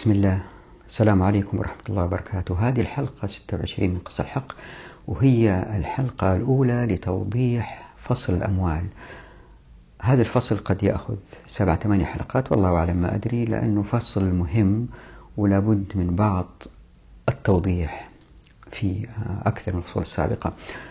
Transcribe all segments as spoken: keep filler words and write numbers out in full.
بسم الله. السلام عليكم ورحمة الله وبركاته. هذه الحلقة ستة وعشرين من قصة الحق، وهي الحلقة الأولى لتوضيح فصل الأموال. هذا الفصل قد يأخذ سبع ثمانية حلقات، والله أعلم ما أدري، لأنه فصل مهم ولا بد من بعض التوضيح في أكثر من الفصول السابقة.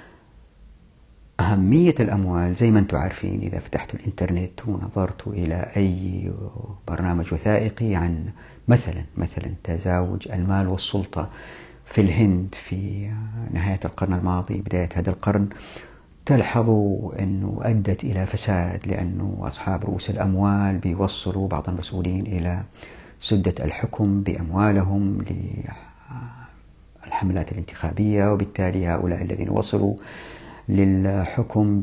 أهمية الأموال زي ما أنتم عارفين إذا فتحتوا الإنترنت ونظرتوا إلى أي برنامج وثائقي عن مثلا مثلا تزاوج المال والسلطة في الهند في نهاية القرن الماضي بداية هذا القرن، تلحظوا أنه أدت إلى فساد، لأنه أصحاب رؤوس الأموال بيوصلوا بعض المسؤولين إلى سدة الحكم بأموالهم للحملات الانتخابية، وبالتالي هؤلاء الذين وصلوا للحكم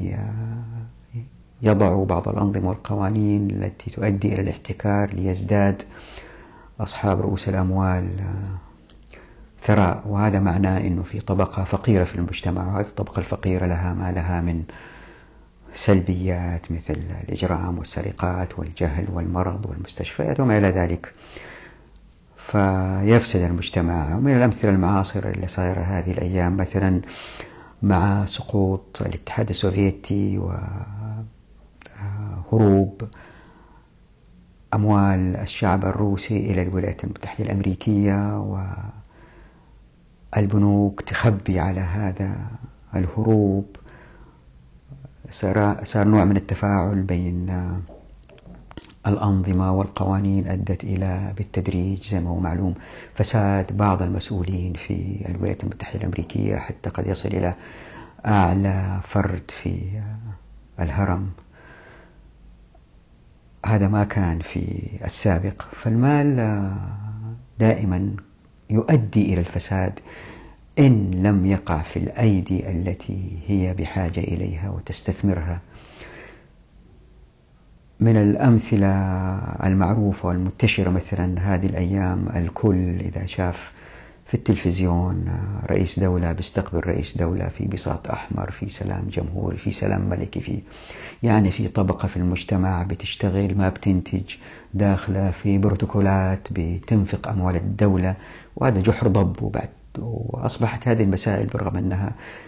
يضعوا بعض الأنظمة والقوانين التي تؤدي إلى الاحتكار ليزداد أصحاب رؤوس الأموال ثراء. وهذا معناه أنه في طبقة فقيرة في المجتمع، وهذه الطبقة الفقيرة لها ما لها من سلبيات مثل الإجرام والسرقات والجهل والمرض والمستشفيات وما إلى ذلك، فيفسد المجتمع. ومن الأمثلة المعاصرة اللي صايرة هذه الأيام مثلا مع سقوط الاتحاد السوفيتي وهروب أموال الشعب الروسي إلى الولايات المتحدة الأمريكية، والبنوك تخبي على هذا الهروب، صار نوع من التفاعل بين الأنظمة والقوانين أدت إلى بالتدريج زي ما هو معلوم فساد بعض المسؤولين في الولايات المتحدة الأمريكية، حتى قد يصل إلى أعلى فرد في الهرم. هذا ما كان في السابق. فالمال دائما يؤدي إلى الفساد إن لم يقع في الأيدي التي هي بحاجة إليها وتستثمرها. من الأمثلة المعروفة والمنتشرة مثلا هذه الأيام، الكل إذا شاف في التلفزيون رئيس دولة بيستقبل رئيس دولة في بساط أحمر، في سلام جمهوري، في سلام ملكي، في يعني في طبقة في المجتمع بتشتغل ما بتنتج، داخلة في بروتوكولات بتنفق أموال الدولة، وهذا جحر ضب. وبعد وأصبحت هذه المسائل برغم أنها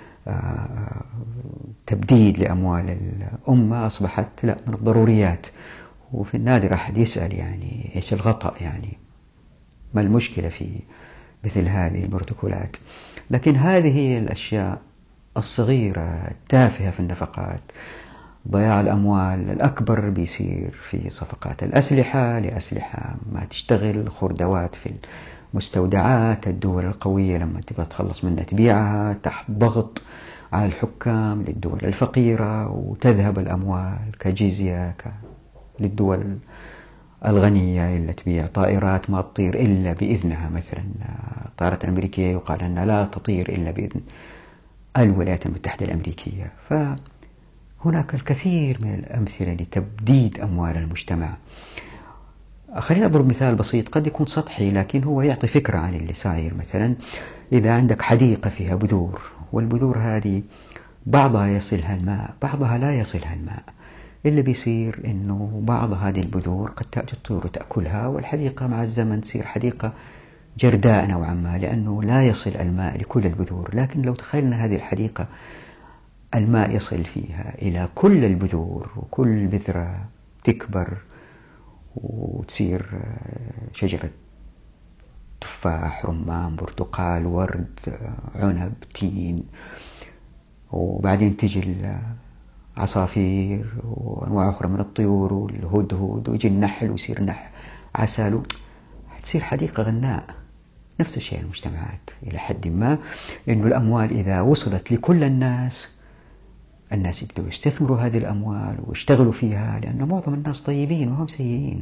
تبديد لأموال الأمة أصبحت لا من الضروريات. وفي النادر أحد يسأل يعني إيش الغطاء، يعني ما المشكلة في مثل هذه البروتوكولات. لكن هذه هي الأشياء الصغيرة التافهة في النفقات. ضياع الأموال الأكبر بيصير في صفقات الأسلحة لأسلحة ما تشتغل، خردوات في المستودعات، الدول القوية لما تبغى تخلص منها تبيعها تحت ضغط على الحكام للدول الفقيرة، وتذهب الأموال كجزية للدول الغنية اللي تبيع طائرات ما تطير إلا بإذنها. مثلا الطائرات الأمريكية يقال أنها لا تطير إلا بإذن الولايات المتحدة الأمريكية. فهناك الكثير من الأمثلة لتبديد أموال المجتمع. خلينا نضرب مثال بسيط قد يكون سطحي لكن هو يعطي فكرة عن اللي صاير. مثلا إذا عندك حديقة فيها بذور، والبذور هذه بعضها يصلها الماء بعضها لا يصلها الماء، اللي بيصير إنه بعض هذه البذور قد تأتي الطيور وتأكلها، والحديقة مع الزمن تصير حديقة جرداء نوعا ما، لأنه لا يصل الماء لكل البذور. لكن لو تخيلنا هذه الحديقة الماء يصل فيها إلى كل البذور، وكل بذرة تكبر وتصير شجرة تفاح، رمان، برتقال، ورد، عنب، تين، وبعدين تجي عصافير وأنواع أخرى من الطيور والهدهد، ويجي النحل ويصير نحل عسل، تصير حديقة غناء. نفس الشيء المجتمعات إلى حد ما، إنه الأموال إذا وصلت لكل الناس، الناس يبدأوا يستثمروا هذه الأموال ويشتغلوا فيها، لأن معظم الناس طيبين وهم سيئين.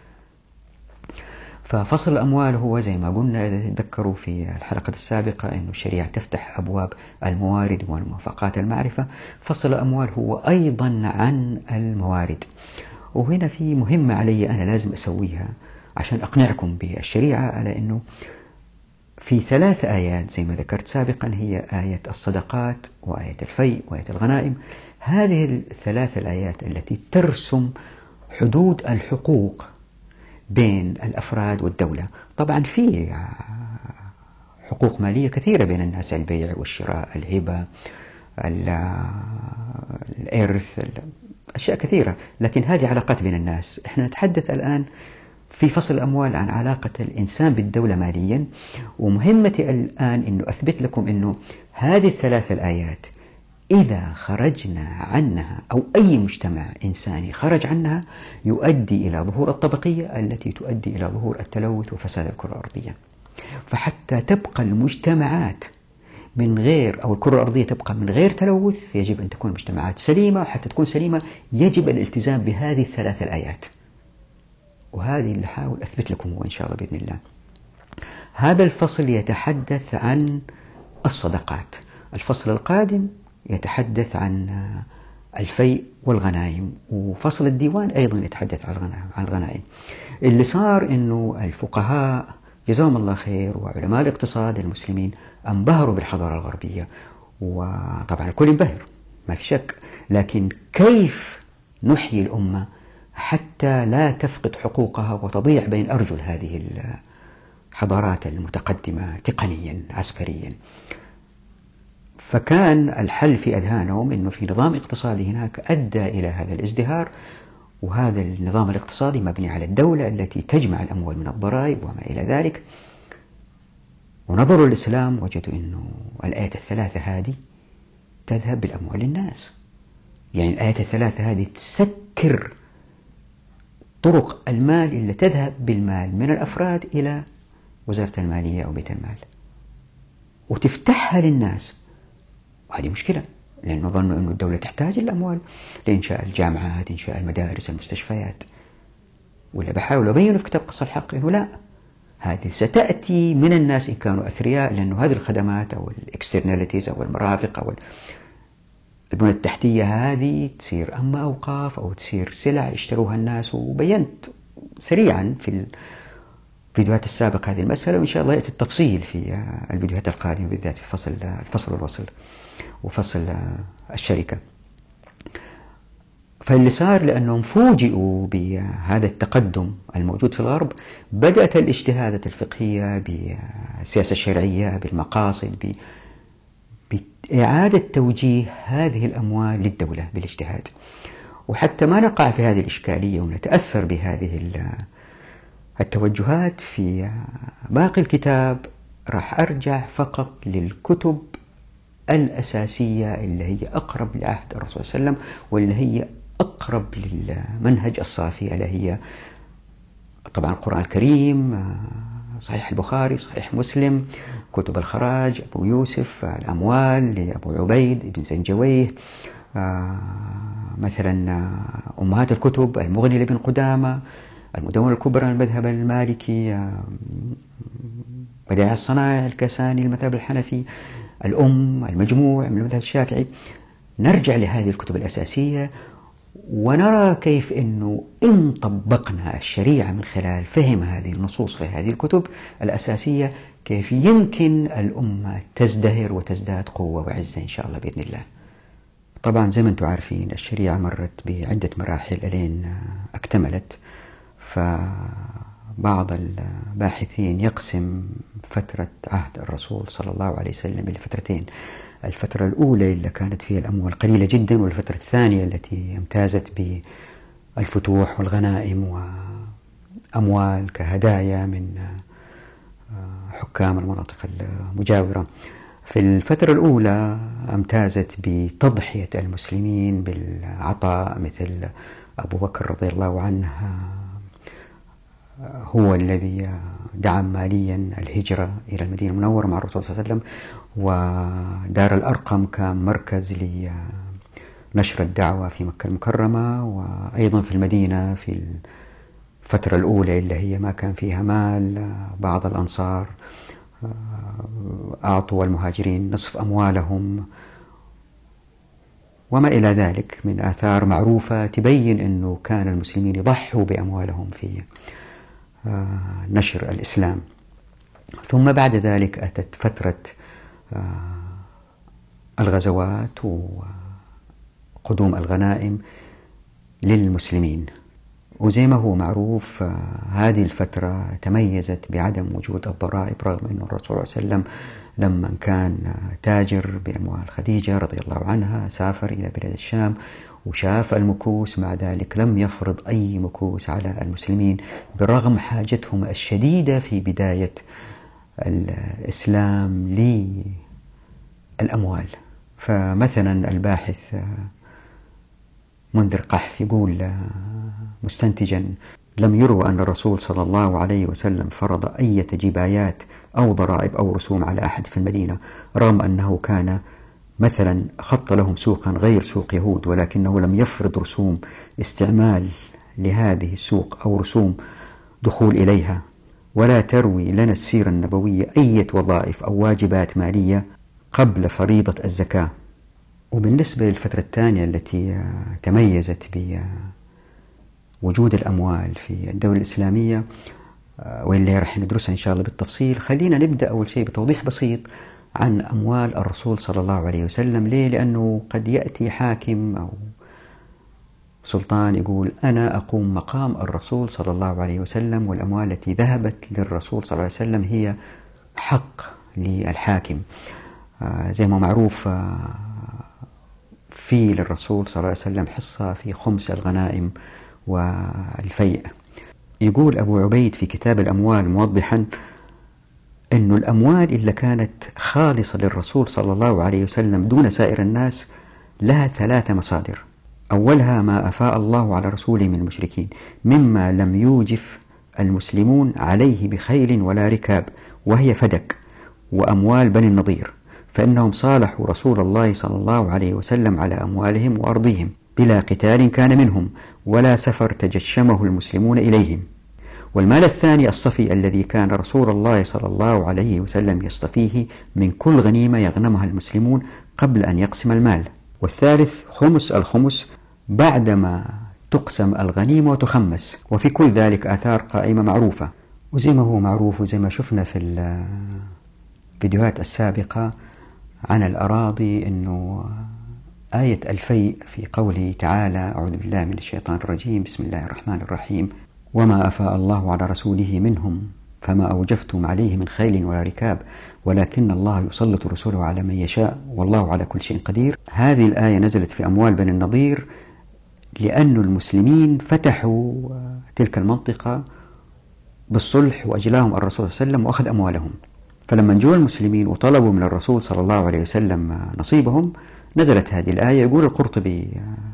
ففصل الأموال هو زي ما قلنا إذا تذكروا في الحلقة السابقة أن الشريعة تفتح أبواب الموارد وموافقات المعرفة. فصل الأموال هو أيضا عن الموارد. وهنا في مهمة علي أنا لازم أسويها عشان أقنعكم بالشريعة، على أنه في ثلاث آيات زي ما ذكرت سابقا، هي آية الصدقات وآية الفيء وآية الغنائم. هذه الثلاث الآيات التي ترسم حدود الحقوق بين الأفراد والدولة. طبعا في حقوق مالية كثيرة بين الناس، البيع والشراء، الهبة، الإرث، أشياء كثيرة، لكن هذه علاقات بين الناس. احنا نتحدث الآن في فصل الأموال عن علاقة الإنسان بالدولة ماليا، ومهمتي الآن أنه أثبت لكم أنه هذه الثلاثة الآيات إذا خرجنا عنها أو أي مجتمع إنساني خرج عنها يؤدي إلى ظهور الطبقية التي تؤدي إلى ظهور التلوث وفساد الكرة الأرضية. فحتى تبقى المجتمعات من غير أو الكرة الأرضية تبقى من غير تلوث يجب أن تكون مجتمعات سليمة، وحتى تكون سليمة يجب الالتزام بهذه الثلاث الآيات، وهذه اللي حاول أثبت لكم هو إن شاء الله بإذن الله. هذا الفصل يتحدث عن الصدقات، الفصل القادم يتحدث عن الفيء والغنائم، وفصل الديوان أيضا يتحدث عن الغنائم. اللي صار إنه الفقهاء جزاهم الله خير وعلماء الاقتصاد المسلمين انبهروا بالحضارة الغربية، وطبعا الكل ينبهر ما في شك، لكن كيف نحيي الأمة حتى لا تفقد حقوقها وتضيع بين أرجل هذه الحضارات المتقدمة تقنيا عسكريا؟ فكان الحل في أذهانهم أنه في نظام اقتصادي هناك أدى إلى هذا الازدهار، وهذا النظام الاقتصادي مبني على الدولة التي تجمع الأموال من الضرائب وما إلى ذلك. ونظروا الإسلام وجدوا أنه الآية الثلاثة هذه تذهب بالأموال للناس، يعني الآية الثلاثة هذه تسكر طرق المال اللي تذهب بالمال من الأفراد إلى وزارة المالية أو بيت المال، وتفتحها للناس. وهذه مشكلة، لأنه ظنوا أن الدولة تحتاج الأموال لإنشاء الجامعات، إنشاء المدارس، المستشفيات. ولا بحاول أبين في كتاب قص الحق أنه لا، هذه ستأتي من الناس إن كانوا أثرياء، لأنه هذه الخدمات أو الإكسترناليتيز أو المرافق أو البنى التحتية هذه تصير أما أوقاف أو تصير سلع يشتروها الناس. وبينت سريعا في الفيديوهات السابقة هذه المسألة، وإن شاء الله يأتي التفصيل في الفيديوهات القادمة بالذات في فصل الفصل والوصل وفصل الشركة. فاللي صار لأنهم فوجئوا بهذا التقدم الموجود في الغرب، بدأت الاجتهادات الفقهية بالسياسة الشرعية بالمقاصد بإعادة توجيه هذه الأموال للدولة بالاجتهاد. وحتى ما نقع في هذه الإشكالية ونتأثر بهذه التوجهات في باقي الكتاب، راح أرجع فقط للكتب الأساسية اللي هي أقرب لعهد الرسول صلى الله عليه وسلم، واللي هي أقرب للمنهج الصافي، اللي هي طبعا القرآن الكريم، صحيح البخاري، صحيح مسلم، كتب الخراج، أبو يوسف، الأموال لأبو عبيد بن زنجويه، مثلا أمهات الكتب المغني لابن قدامة، المدونة الكبرى المذهب المالكي، بدائع الصنائع الكساني المذهب الحنفي، الأم، المجموع من المذهب الشافعي. نرجع لهذه الكتب الأساسية ونرى كيف أنه إن طبقنا الشريعة من خلال فهم هذه النصوص في هذه الكتب الأساسية، كيف يمكن الأمة تزدهر وتزداد قوة وعزة إن شاء الله بإذن الله. طبعا زي ما أنتم عارفين الشريعة مرت بعدة مراحل ألين اكتملت، فبعض الباحثين يقسم فترة عهد الرسول صلى الله عليه وسلم إلى فترتين: الفترة الأولى اللي كانت فيها الأموال قليلة جدا، والفترة الثانية التي امتازت بالفتوح والغنائم وأموال كهدايا من حكام المناطق المجاورة. في الفترة الأولى امتازت بتضحية المسلمين بالعطاء، مثل أبو بكر رضي الله عنه هو الذي دعم ماليا الهجرة إلى المدينة المنورة مع الرسول صلى الله عليه وسلم، ودار الأرقم كان مركز لنشر الدعوة في مكة المكرمة، وأيضا في المدينة في الفترة الأولى اللي هي ما كان فيها مال بعض الأنصار أعطوا المهاجرين نصف أموالهم وما إلى ذلك من آثار معروفة تبين أنه كان المسلمين يضحوا بأموالهم في نشر الإسلام. ثم بعد ذلك أتت فترة الغزوات وقدوم الغنائم للمسلمين، وزي ما هو معروف هذه الفترة تميزت بعدم وجود الضرائب، رغم أن الرسول صلى الله عليه وسلم لما كان تاجر بأموال خديجة رضي الله عنها سافر إلى بلاد الشام وشاف المكوس، مع ذلك لم يفرض أي مكوس على المسلمين برغم حاجتهم الشديدة في بداية الإسلام للأموال. فمثلا الباحث منذر قحف يقول مستنتجا: لم يروى أن الرسول صلى الله عليه وسلم فرض أي جبايات أو ضرائب أو رسوم على أحد في المدينة، رغم أنه كان مثلا خط لهم سوقا غير سوق يهود، ولكنه لم يفرض رسوم استعمال لهذه السوق أو رسوم دخول إليها. ولا تروي لنا السيرة النبوية أي وظائف أو واجبات مالية قبل فريضة الزكاة. وبالنسبة للفترة الثانية التي تميزت بوجود الأموال في الدولة الإسلامية واللي رح ندرسها إن شاء الله بالتفصيل، خلينا نبدأ أول شيء بتوضيح بسيط عن أموال الرسول صلى الله عليه وسلم. ليه؟ لأنه قد يأتي حاكم أو سلطان يقول أنا أقوم مقام الرسول صلى الله عليه وسلم، والأموال التي ذهبت للرسول صلى الله عليه وسلم هي حق للحاكم. آه زي ما معروف آه في للرسول صلى الله عليه وسلم حصة في خمس الغنائم والفيء. يقول أبو عبيد في كتاب الأموال موضحا أن الأموال اللي كانت خالصة للرسول صلى الله عليه وسلم دون سائر الناس لها ثلاثة مصادر. أولها ما أفاء الله على رسوله من المشركين مما لم يوجف المسلمون عليه بخيل ولا ركاب، وهي فدك وأموال بني النضير، فإنهم صالحوا رسول الله صلى الله عليه وسلم على أموالهم وأرضهم بلا قتال كان منهم ولا سفر تجشمه المسلمون إليهم. والمال الثاني الصفي الذي كان رسول الله صلى الله عليه وسلم يصطفيه من كل غنيمة يغنمها المسلمون قبل أن يقسم المال. والثالث خمس الخمس بعدما تقسم الغنيمة وتخمس، وفي كل ذلك آثار قائمة معروفة. وزي ما هو معروف وزي ما شفنا في الفيديوهات السابقة عن الأراضي أنه آية الفيء في قوله تعالى: أعوذ بالله من الشيطان الرجيم، بسم الله الرحمن الرحيم، وما أفاء الله على رسوله منهم فما أوجفتم عليه من خيل ولا ركاب ولكن الله يسلط رسوله على من يشاء والله على كل شيء قدير. هذه الآية نزلت في أموال بني النضير لأن المسلمين فتحوا تلك المنطقة بالصلح وأجلاهم الرسول صلى الله عليه وسلم وأخذ أموالهم. فلما جاءوا المسلمين وطلبوا من الرسول صلى الله عليه وسلم نصيبهم نزلت هذه الآية. يقول القرطبي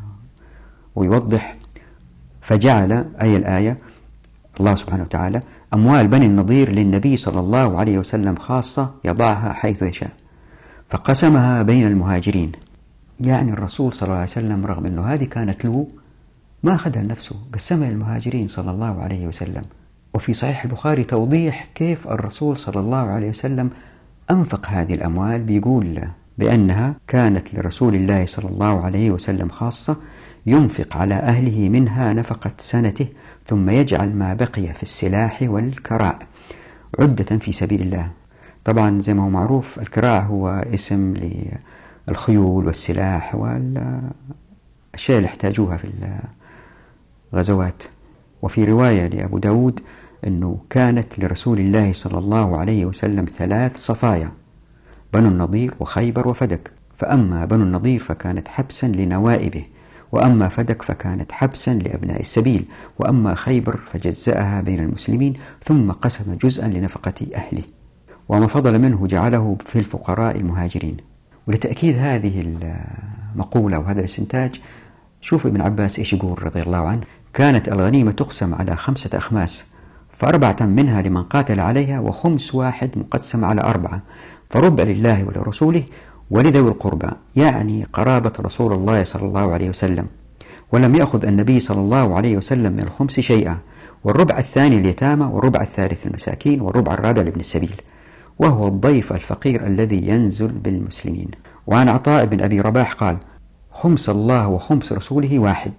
ويوضح: فجعل أي الآية الله سبحانه وتعالى أموال بني النضير للنبي صلى الله عليه وسلم خاصة يضعها حيث يشاء، فقسمها بين المهاجرين. يعني الرسول صلى الله عليه وسلم رغم أنه هذه كانت له ما أخذها لنفسه، قسمها للمهاجرين صلى الله عليه وسلم. وفي صحيح البخاري توضيح كيف الرسول صلى الله عليه وسلم أنفق هذه الأموال، بيقول بأنها كانت لرسول الله صلى الله عليه وسلم خاصة ينفق على أهله منها نفقة سنته ثم يجعل ما بقي في السلاح والكراع عدة في سبيل الله. طبعا زي ما هو معروف الكراع هو اسم للخيول والسلاح والأشياء اللي احتاجوها في الغزوات. وفي رواية لأبو داود أنه كانت لرسول الله صلى الله عليه وسلم ثلاث صفايا: بنو النضير وخيبر وفدك، فأما بنو النضير فكانت حبسا لنوائبه، وأما فدك فكانت حبسا لأبناء السبيل، وأما خيبر فجزأها بين المسلمين ثم قسم جزءا لنفقة أهله، وما فضل منه جعله في الفقراء المهاجرين. ولتأكيد هذه المقولة وهذا الاستنتاج شوف ابن عباس إيش يقول رضي الله عنه: كانت الغنيمة تقسم على خمسة أخماس، فأربعة منها لمن قاتل عليها، وخمس واحد مقسم على أربعة، فربع لله ولرسوله ولذوي القربى، يعني قرابة رسول الله صلى الله عليه وسلم. ولم يأخذ النبي صلى الله عليه وسلم من الخمس شيئا، والربع الثاني اليتامى، والربع الثالث المساكين، والربع الرابع لابن السبيل، وهو الضيف الفقير الذي ينزل بالمسلمين. وعن عطاء بن أبي رباح قال: خمس الله وخمس رسوله واحد.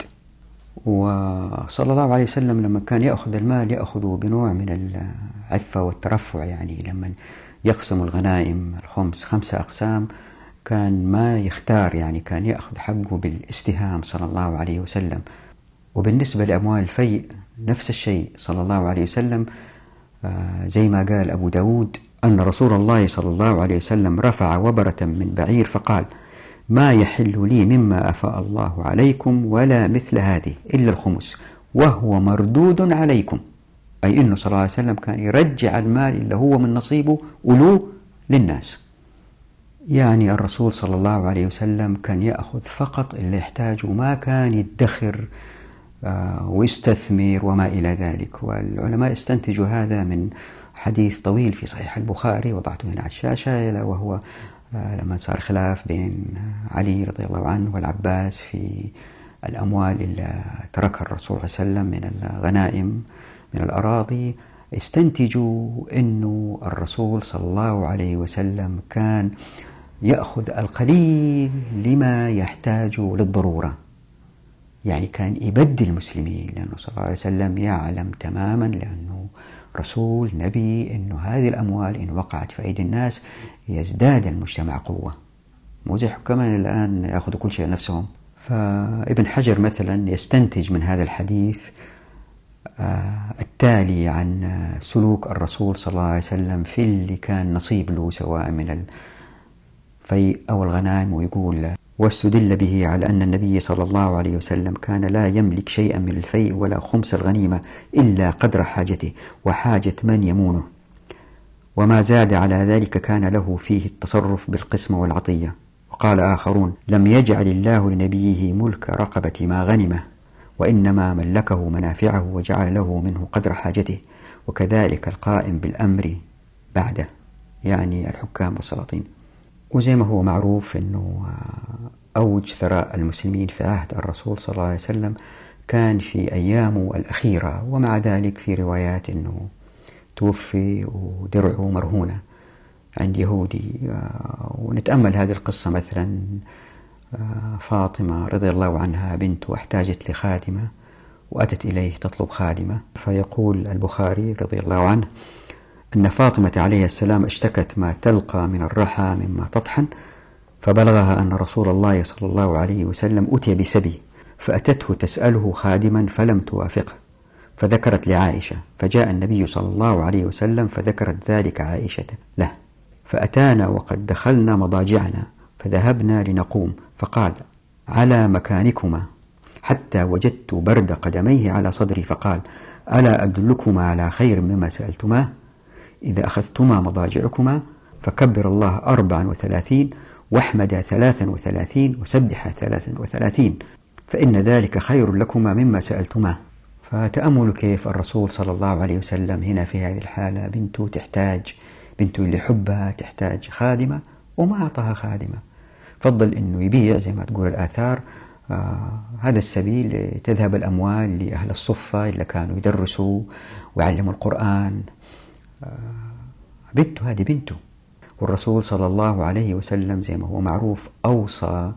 وصلى الله عليه وسلم لما كان يأخذ المال يأخذه بنوع من العفة والترفع، يعني لما يقسم الغنائم الخمس خمسة أقسام كان ما يختار، يعني كان يأخذ حقه بالاستهام صلى الله عليه وسلم. وبالنسبة لأموال الفيء نفس الشيء صلى الله عليه وسلم، زي ما قال أبو داود أن رسول الله صلى الله عليه وسلم رفع وبرة من بعير فقال: ما يحل لي مما أفاء الله عليكم ولا مثل هذه إلا الخمس وهو مردود عليكم. أي أنه صلى الله عليه وسلم كان يرجع المال اللي هو من نصيبه ألو للناس. يعني الرسول صلى الله عليه وسلم كان يأخذ فقط اللي يحتاجه، ما كان يدخر ويستثمر وما إلى ذلك. والعلماء استنتجوا هذا من حديث طويل في صحيح البخاري وضعته هنا على الشاشة، وهو لما صار خلاف بين علي رضي الله عنه والعباس في الأموال اللي تركها الرسول صلى الله عليه وسلم من الغنائم من الأراضي، استنتجوا أنه الرسول صلى الله عليه وسلم كان يأخذ القليل لما يحتاج للضرورة. يعني كان يبدل المسلمين، لأنه صلى الله عليه وسلم يعلم تماما لأنه رسول نبي أنه هذه الأموال إن وقعت في أيدي الناس يزداد المجتمع قوة، مو زي حكامنا الآن يأخذوا كل شيء لنفسهم. فابن حجر مثلا يستنتج من هذا الحديث التالي عن سلوك الرسول صلى الله عليه وسلم في اللي كان نصيب له سواء من الفيء أو الغنائم، ويقول: واستدل به على أن النبي صلى الله عليه وسلم كان لا يملك شيئا من الفيء ولا خمس الغنيمة إلا قدر حاجته وحاجة من يمونه، وما زاد على ذلك كان له فيه التصرف بالقسمة والعطية. وقال آخرون: لم يجعل الله لنبيه ملك رقبة ما غنمه، وإنما ملكه منافعه وجعل له منه قدر حاجته، وكذلك القائم بالأمر بعده، يعني الحكام والسلاطين. وزي ما هو معروف أنه أوج ثراء المسلمين في عهد الرسول صلى الله عليه وسلم كان في أيامه الأخيرة، ومع ذلك في روايات أنه توفي ودرعه مرهونة عند يهودي. ونتأمل هذه القصة مثلا، فاطمة رضي الله عنها بنته احتاجت لخادمة وأتت إليه تطلب خادمة، فيقول البخاري رضي الله عنه أن فاطمة عليه السلام اشتكت ما تلقى من الرحى مما تطحن، فبلغها أن رسول الله صلى الله عليه وسلم أتي بسبي، فأتته تسأله خادما فلم توافقه، فذكرت لعائشة، فجاء النبي صلى الله عليه وسلم فذكرت ذلك عائشة له، فأتانا وقد دخلنا مضاجعنا فذهبنا لنقوم، فقال: على مكانكما، حتى وجدت برد قدميه على صدري، فقال: ألا أدلكما على خير مما سألتماه؟ إذا أخذتما مضاجعكما فكبر الله أربعا وثلاثين واحمد ثلاثا وثلاثين وسبح ثلاثا وثلاثين، فإن ذلك خير لكما مما سألتماه. فتأملوا كيف الرسول صلى الله عليه وسلم هنا في هذه الحالة بنته تحتاج، بنته اللي حبها تحتاج خادمة وما أعطاها خادمة، فضل أنه يبيع زي ما تقول الآثار آه هذا السبيل، تذهب الأموال لأهل الصفة اللي كانوا يدرسوا ويعلموا القرآن. آه بنته هذه بنته، والرسول صلى الله عليه وسلم زي ما هو معروف أوصى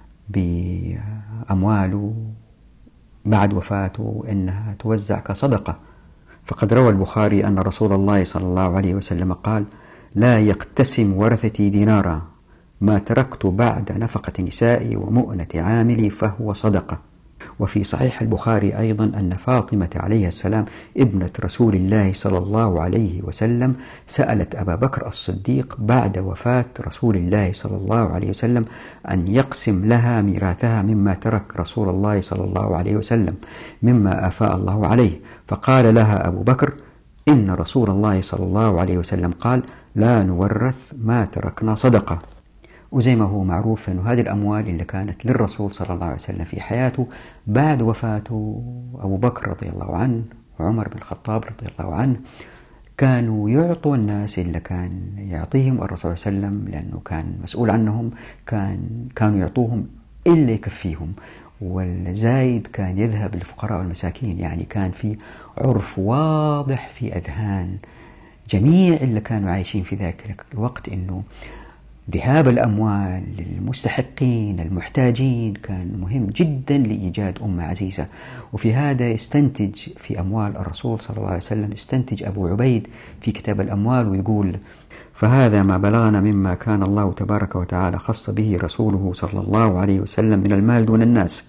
بأمواله بعد وفاته أنها توزع كصدقة. فقد روى البخاري أن رسول الله صلى الله عليه وسلم قال: لا يقتسم ورثتي دينارا، ما تركت بعد نفقة نسائي ومؤنة عاملي فهو صدقة. وفي صحيح البخاري أيضا أن فاطمة عليه السلام ابنة رسول الله صلى الله عليه وسلم سألت أبا بكر الصديق بعد وفاة رسول الله صلى الله عليه وسلم أن يقسم لها ميراثها مما ترك رسول الله صلى الله عليه وسلم مما أفاء الله عليه، فقال لها أبو بكر: إن رسول الله صلى الله عليه وسلم قال: لا نورث ما تركنا صدقة. وزي ما هو معروف أن هذه الأموال اللي كانت للرسول صلى الله عليه وسلم في حياته بعد وفاته أبو بكر رضي الله عنه وعمر بن الخطاب رضي الله عنه كانوا يعطوا الناس اللي كان يعطيهم الرسول صلى الله عليه وسلم، لأنه كان مسؤول عنهم، كان كانوا يعطوهم إلا يكفيهم، والزايد كان يذهب للفقراء والمساكين. يعني كان في عرف واضح في أذهان جميع اللي كانوا عايشين في ذاك الوقت أنه ذهاب الأموال للمستحقين المحتاجين كان مهم جدا لإيجاد أمة عزيزة. وفي هذا استنتج في أموال الرسول صلى الله عليه وسلم، استنتج أبو عبيد في كتاب الأموال ويقول: فهذا ما بلغنا مما كان الله تبارك وتعالى خص به رسوله صلى الله عليه وسلم من المال دون الناس،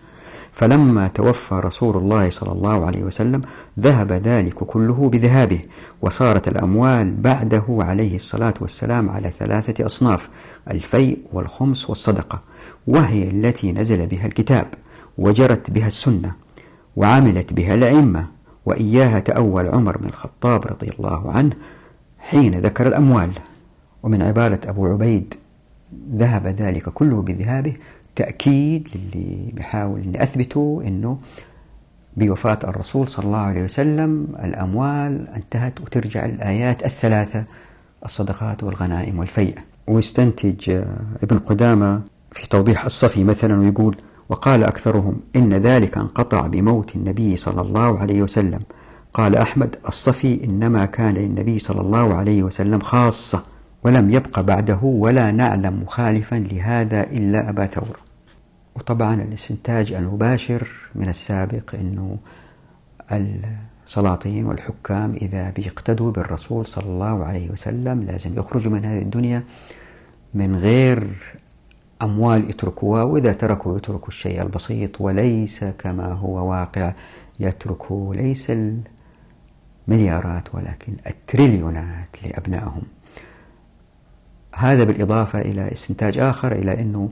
فلما توفى رسول الله صلى الله عليه وسلم ذهب ذلك كله بذهابه، وصارت الأموال بعده عليه الصلاة والسلام على ثلاثة أصناف: الفيء والخمس والصدقة، وهي التي نزل بها الكتاب وجرت بها السنة وعملت بها الأئمة، وإياها تأول عمر بن الخطاب رضي الله عنه حين ذكر الأموال. ومن عبارة أبو عبيد ذهب ذلك كله بذهابه تأكيد للي بيحاول أن أثبته أنه بوفاة الرسول صلى الله عليه وسلم الأموال انتهت وترجع الآيات الثلاثة: الصدقات والغنائم والفيء. ويستنتج ابن قدامة في توضيح الصفي مثلا ويقول: وقال أكثرهم إن ذلك انقطع بموت النبي صلى الله عليه وسلم. قال أحمد: الصفي إنما كان للنبي صلى الله عليه وسلم خاصة، ولم يبق بعده ولا نعلم مخالفا لهذا إلا أبا ثور. وطبعا الاستنتاج المباشر من السابق أنه السلاطين والحكام إذا بيقتدوا بالرسول صلى الله عليه وسلم لازم يخرجوا من هذه الدنيا من غير أموال يتركوها، وإذا تركوا يتركوا الشيء البسيط، وليس كما هو واقع يتركوا ليس المليارات ولكن التريليونات لأبنائهم. هذا بالإضافة إلى استنتاج آخر إلى أنه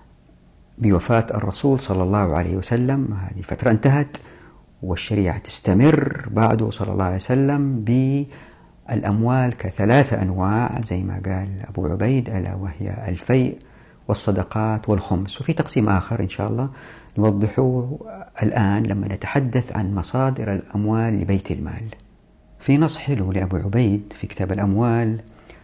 بوفاة الرسول صلى الله عليه وسلم هذه فترة انتهت، والشريعة تستمر بعده صلى الله عليه وسلم بالأموال كثلاثة أنواع زي ما قال أبو عبيد، ألا وهي الفيء والصدقات والخمس. وفي تقسيم آخر إن شاء الله نوضحه الآن لما نتحدث عن مصادر الأموال لبيت المال. في نص حلو لأبو عبيد في كتاب الأموال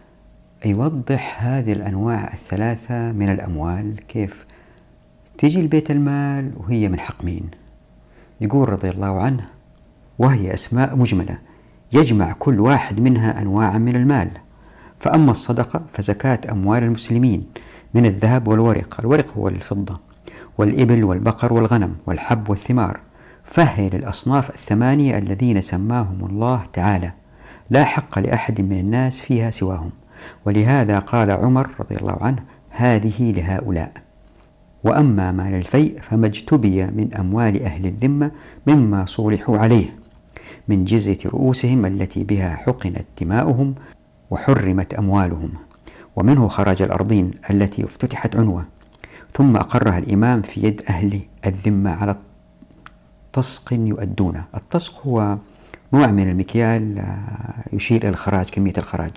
يوضح هذه الأنواع الثلاثة من الأموال كيف تيجي لبيت المال وهي من حق مين. يقول رضي الله عنه: وهي أسماء مجملة يجمع كل واحد منها أنواعا من المال. فأما الصدقة فزكاة أموال المسلمين من الذهب والورق، الورق هو الفضة، والإبل والبقر والغنم والحب والثمار، فهي للأصناف الثمانية الذين سماهم الله تعالى، لا حق لأحد من الناس فيها سواهم. ولهذا قال عمر رضي الله عنه: هذه لهؤلاء. وأما مال الفيء فما اجتبي من أموال أهل الذمة مما صولحوا عليه من جزية رؤوسهم التي بها حقنت دماؤهم وحرمت أموالهم، ومنه خراج الأرضين التي افتتحت عنوة ثم أقرها الإمام في يد أهل الذمة على طسق يؤدونه. الطسق هو نوع من المكيال يشير إلى الخراج، كمية الخراج.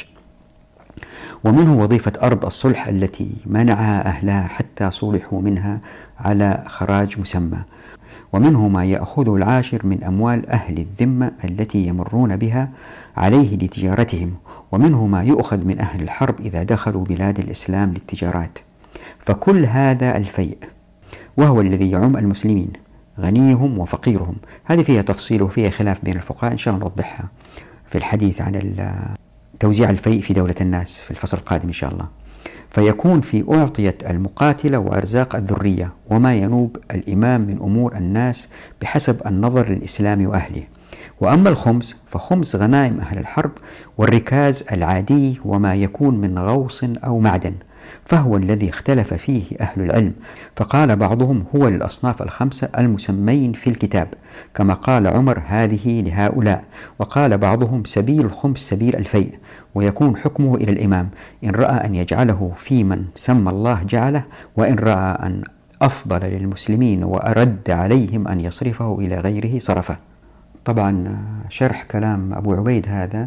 ومنه وظيفة أرض الصلح التي منعها أهلها حتى صلحوا منها على خراج مسمى. ومنه ما يأخذه العاشر من أموال أهل الذمة التي يمرون بها عليه لتجارتهم. ومنه ما يؤخذ من أهل الحرب إذا دخلوا بلاد الإسلام للتجارات. فكل هذا الفيء، وهو الذي يعم المسلمين غنيهم وفقيرهم. هذه فيها تفصيل وفيها خلاف بين الفقهاء إن شاء الله نوضحها في الحديث عن توزيع الفيء في دولة الناس في الفصل القادم إن شاء الله. فيكون في أعطية المقاتلة وأرزاق الذرية وما ينوب الإمام من أمور الناس بحسب النظر للإسلام وأهله. وأما الخمس فخمس غنائم أهل الحرب والركاز العادي وما يكون من غوص أو معدن، فهو الذي اختلف فيه أهل العلم. فقال بعضهم هو للأصناف الخمسة المسمين في الكتاب كما قال عمر: هذه لهؤلاء. وقال بعضهم سبيل الخمس سبيل الفيء، ويكون حكمه إلى الإمام إن رأى أن يجعله في من سمى الله جعله، وإن رأى أن أفضل للمسلمين وأرد عليهم أن يصرفه إلى غيره صرفه. طبعا شرح كلام أبو عبيد هذا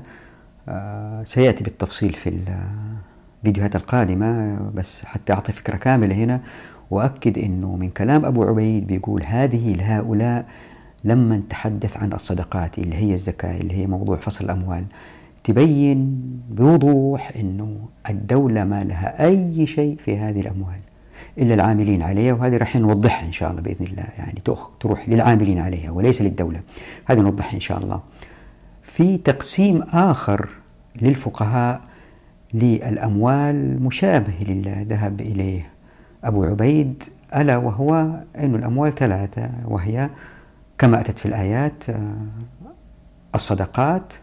سيأتي بالتفصيل في الفيديوهات القادمة، بس حتى أعطي فكرة كاملة هنا وأكد أنه من كلام أبو عبيد بيقول هذه لهؤلاء لما نتحدث عن الصدقات اللي هي الزكاة اللي هي موضوع فصل الأموال، تبين بوضوح أنه الدولة ما لها أي شيء في هذه الأموال إلا العاملين عليها، وهذه راح نوضحها إن شاء الله بإذن الله، يعني تروح للعاملين عليها وليس للدولة. هذه نوضحها إن شاء الله. في تقسيم آخر للفقهاء للأموال مشابه للي ذهب إليه أبو عبيد، ألا وهو أن الأموال ثلاثة، وهي كما أتت في الآيات: الصدقات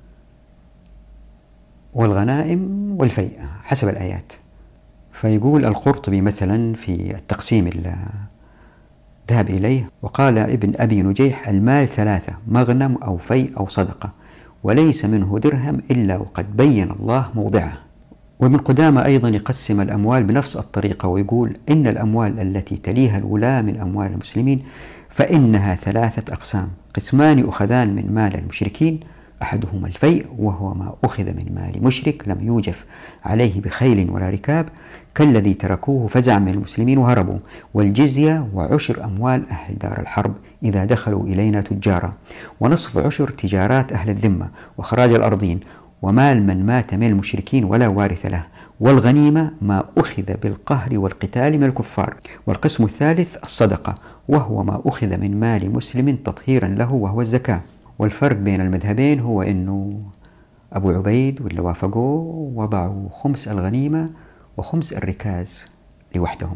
والغنائم والفيء حسب الآيات. فيقول القرطبي مثلا في التقسيم اللي ذهب إليه وقال ابن أبي نجيح: المال ثلاثة: مغنم أو فيء أو صدقة، وليس منه درهم إلا وقد بين الله موضعه. وابن قدامة أيضا يقسم الأموال بنفس الطريقة ويقول: إن الأموال التي تليها الأولى من أموال المسلمين فإنها ثلاثة أقسام: قسمان يؤخذان من مال المشركين، أحدهما الفيء وهو ما أخذ من مال مشرك لم يوجف عليه بخيل ولا ركاب كالذي تركوه فزعا من المسلمين وهربوا، والجزية وعشر أموال أهل دار الحرب إذا دخلوا إلينا تجارا، ونصف عشر تجارات أهل الذمة، وخراج الأرضين، ومال من مات من المشركين ولا وارث له، والغنيمة ما أخذ بالقهر والقتال من الكفار. والقسم الثالث الصدقة، وهو ما أخذ من مال مسلم تطهيرا له وهو الزكاة. والفرق بين المذهبين هو أنه أبو عبيد واللي وافقوه وضعوا خمس الغنيمة وخمس الركاز لوحدهم،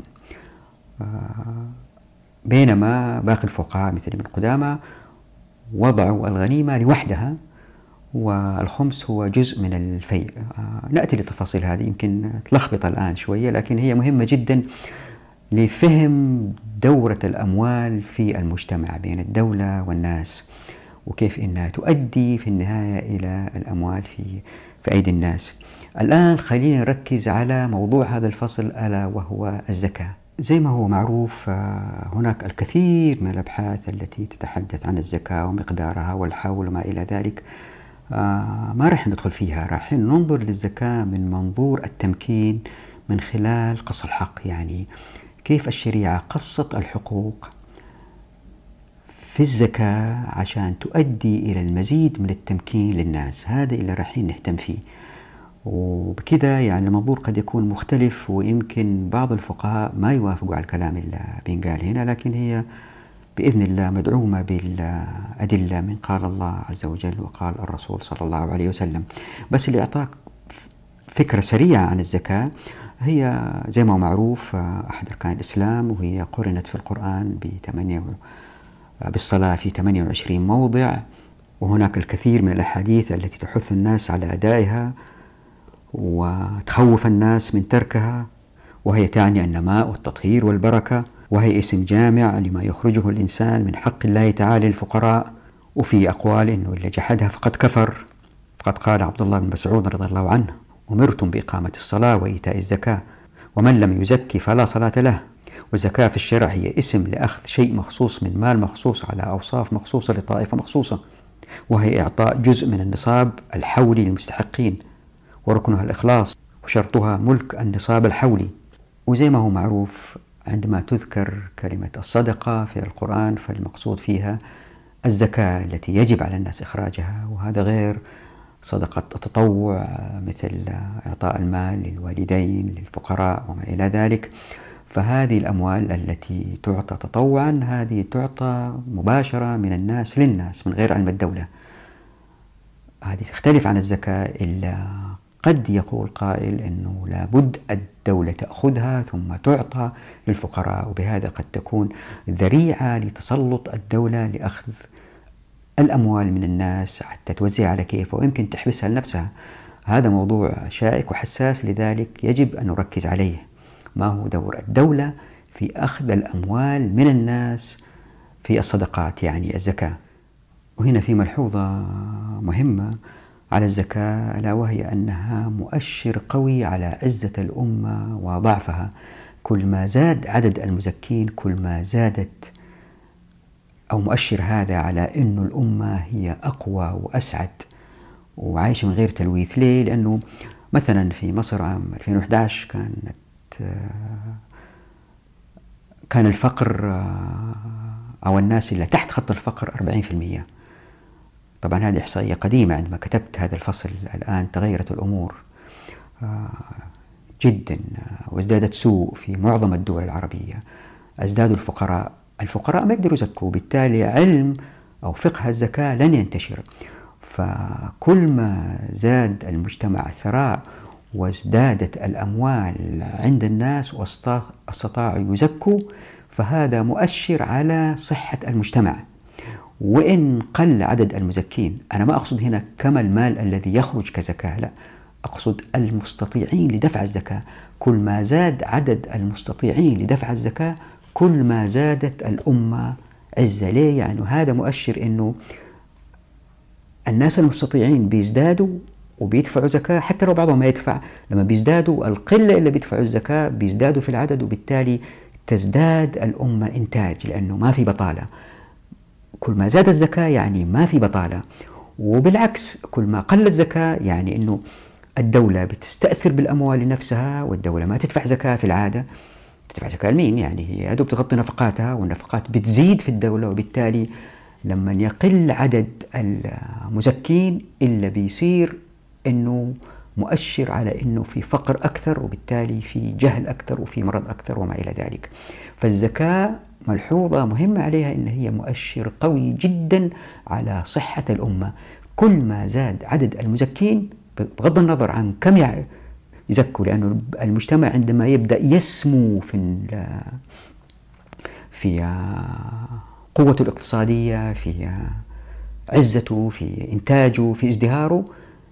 بينما باقي الفقهاء مثل ابن قدامة وضعوا الغنيمة لوحدها والخمس هو جزء من الفيء. نأتي لتفاصيل هذه، يمكن تلخبط الآن شوية، لكن هي مهمة جدا لفهم دورة الأموال في المجتمع بين الدولة والناس، وكيف إنها تؤدي في النهاية إلى الأموال في في أيدي الناس. الآن خلينا نركز على موضوع هذا الفصل ألا وهو الزكاة. زي ما هو معروف هناك الكثير من الأبحاث التي تتحدث عن الزكاة ومقدارها والحول وما إلى ذلك، ما راح ندخل فيها، راح ننظر للزكاة من منظور التمكين من خلال قص الحق، يعني كيف الشريعة قصت الحقوق في الزكاة عشان تؤدي إلى المزيد من التمكين للناس. هذا اللي رايحين نهتم فيه، وبكذا يعني المنظور قد يكون مختلف، ويمكن بعض الفقهاء ما يوافقوا على الكلام اللي بينقال هنا، لكن هي بإذن الله مدعومة بالأدلة من قال الله عز وجل وقال الرسول صلى الله عليه وسلم. بس اللي أعطاك فكرة سريعة عن الزكاة، هي زي ما هو معروف أحد أركان الإسلام، وهي قرنت في القرآن بثمانية بالصلاة في ثمانية وعشرين موضع، وهناك الكثير من الأحاديث التي تحث الناس على أدائها وتخوف الناس من تركها، وهي تعني النماء والتطهير والبركة، وهي اسم جامع لما يخرجه الإنسان من حق الله تعالى للفقراء. وفي أقوال إنه اللي جحدها فقد كفر، فقد قال عبد الله بن مسعود رضي الله عنه: أمرتم بإقامة الصلاة وإيتاء الزكاة، ومن لم يزكي فلا صلاة له. والزكاة في الشرع هي اسم لأخذ شيء مخصوص من مال مخصوص على أوصاف مخصوصة لطائفة مخصوصة، وهي إعطاء جزء من النصاب الحولي للمستحقين، وركنها الإخلاص، وشرطها ملك النصاب الحولي. وزي ما هو معروف عندما تذكر كلمة الصدقة في القرآن فالمقصود فيها الزكاة التي يجب على الناس إخراجها، وهذا غير صدقة التطوع مثل إعطاء المال للوالدين للفقراء وما إلى ذلك. فهذه الأموال التي تعطى تطوعا هذه تعطى مباشرة من الناس للناس من غير علم الدولة. هذه تختلف عن الزكاة، إلا قد يقول قائل أنه لابد الدولة تأخذها ثم تعطى للفقراء، وبهذا قد تكون ذريعة لتسلط الدولة لأخذ الأموال من الناس حتى توزعها على كيف، ويمكن تحبسها لنفسها. هذا موضوع شائك وحساس، لذلك يجب أن نركز عليه. ما هو دور الدولة في أخذ الأموال من الناس في الصدقات يعني الزكاة؟ وهنا في ملحوظة مهمة على الزكاة، ألا وهي أنها مؤشر قوي على عزة الأمة وضعفها. كل ما زاد عدد المزكين كل ما زادت، أو مؤشر هذا على أن الأمة هي أقوى وأسعد وعايشة من غير تلويث. ليه؟ لأنه مثلا في مصر عام ألفين وأحد عشر كانت كان الفقر أو الناس اللي تحت خط الفقر أربعين بالمئة. طبعا هذه إحصائية قديمة، عندما كتبت هذا الفصل الآن تغيرت الأمور جدا، وازدادت سوء في معظم الدول العربية. ازدادوا الفقراء، الفقراء ما يقدروا يزكوا، بالتالي علم أو فقه الزكاة لن ينتشر. فكل ما زاد المجتمع ثراء وازدادت الأموال عند الناس واستطاعوا يزكوا، فهذا مؤشر على صحة المجتمع. وإن قل عدد المزكين، أنا ما أقصد هنا كم المال الذي يخرج كزكاة، لا، أقصد المستطيعين لدفع الزكاة. كل ما زاد عدد المستطيعين لدفع الزكاة كل ما زادت الأمة عزة. ليه؟ يعني هذا مؤشر أنه الناس المستطيعين بيزدادوا وبيدفعوا زكاة، حتى لو بعضهم ما يدفع. لما بيزدادوا القلة اللي بيدفعوا الزكاة بيزدادوا في العدد، وبالتالي تزداد الأمة إنتاج، لأنه ما في بطالة. كل ما زادت الزكاة يعني ما في بطالة. وبالعكس، كل ما قلت زكاة يعني أنه الدولة بتستأثر بالأموال لنفسها، والدولة ما تدفع زكاة في العادة. تدفع زكاة لمين؟ يعني هي هذا بتغطي نفقاتها، والنفقات بتزيد في الدولة، وبالتالي لما يقل عدد المزكين إلا بيصير أنه مؤشر على أنه في فقر أكثر، وبالتالي في جهل أكثر، وفي مرض أكثر، وما إلى ذلك. فالزكاة ملحوظة مهمة عليها أن هي مؤشر قوي جدا على صحة الأمة. كل ما زاد عدد المزكين بغض النظر عن كم يزكوا، لأنه المجتمع عندما يبدأ يسمو في في قوته الاقتصادية، في عزته، في إنتاجه، في ازدهاره،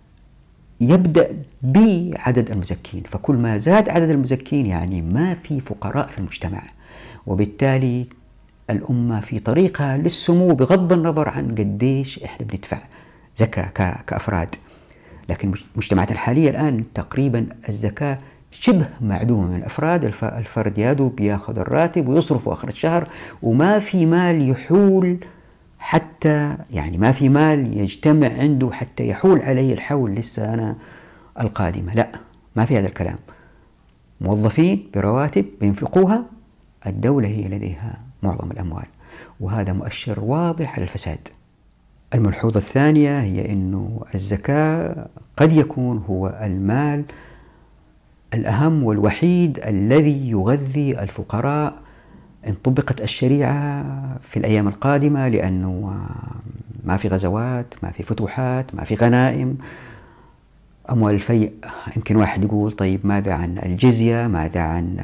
يبدأ بعدد المزكين. فكل ما زاد عدد المزكين يعني ما في فقراء في المجتمع، وبالتالي الأمة في طريقها للسمو بغض النظر عن قديش إحنا بندفع زكاة كأفراد. لكن المجتمعات الحالية الآن تقريبا الزكاة شبه معدومة من الأفراد. الفرد يادو بياخذ الراتب ويصرف آخر الشهر، وما في مال يحول، حتى يعني ما في مال يجتمع عنده حتى يحول عليه الحول للسنة القادمة. لا، ما في هذا الكلام. موظفين برواتب بينفقوها، الدولة هي لديها معظم الأموال، وهذا مؤشر واضح على الفساد. الملحوظة الثانية هي أنه الزكاة قد يكون هو المال الأهم والوحيد الذي يغذي الفقراء إن طبقت الشريعة في الأيام القادمة، لأنه ما في غزوات، ما في فتوحات، ما في غنائم. أموال الفيء، يمكن واحد يقول طيب ماذا عن الجزية؟ ماذا عن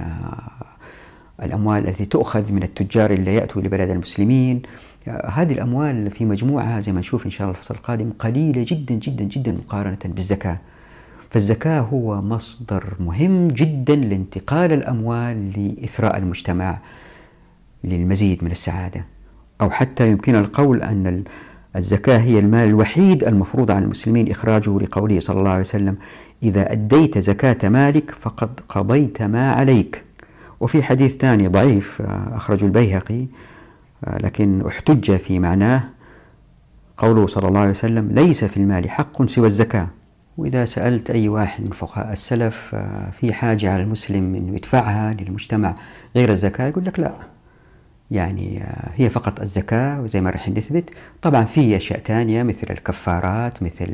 الأموال التي تؤخذ من التجار اللي يأتوا لبلاد المسلمين؟ هذه الأموال في مجموعة زي ما نشوف إن شاء الله الفصل القادم قليلة جدا جدا جدا مقارنة بالزكاة. فالزكاة هو مصدر مهم جدا لانتقال الأموال لإثراء المجتمع للمزيد من السعادة. أو حتى يمكن القول أن الزكاة هي المال الوحيد المفروض على المسلمين إخراجه، لقوله صلى الله عليه وسلم: إذا أديت زكاة مالك فقد قضيت ما عليك. وفي حديث ثاني ضعيف أخرجه البيهقي لكن احتج في معناه، قوله صلى الله عليه وسلم: ليس في المال حق سوى الزكاة. وإذا سألت أي واحد من فقهاء السلف في حاجة على المسلم أنه يدفعها للمجتمع غير الزكاة، يقول لك لا، يعني هي فقط الزكاة. وزي ما رح نثبت طبعا في أشياء تانية مثل الكفارات، مثل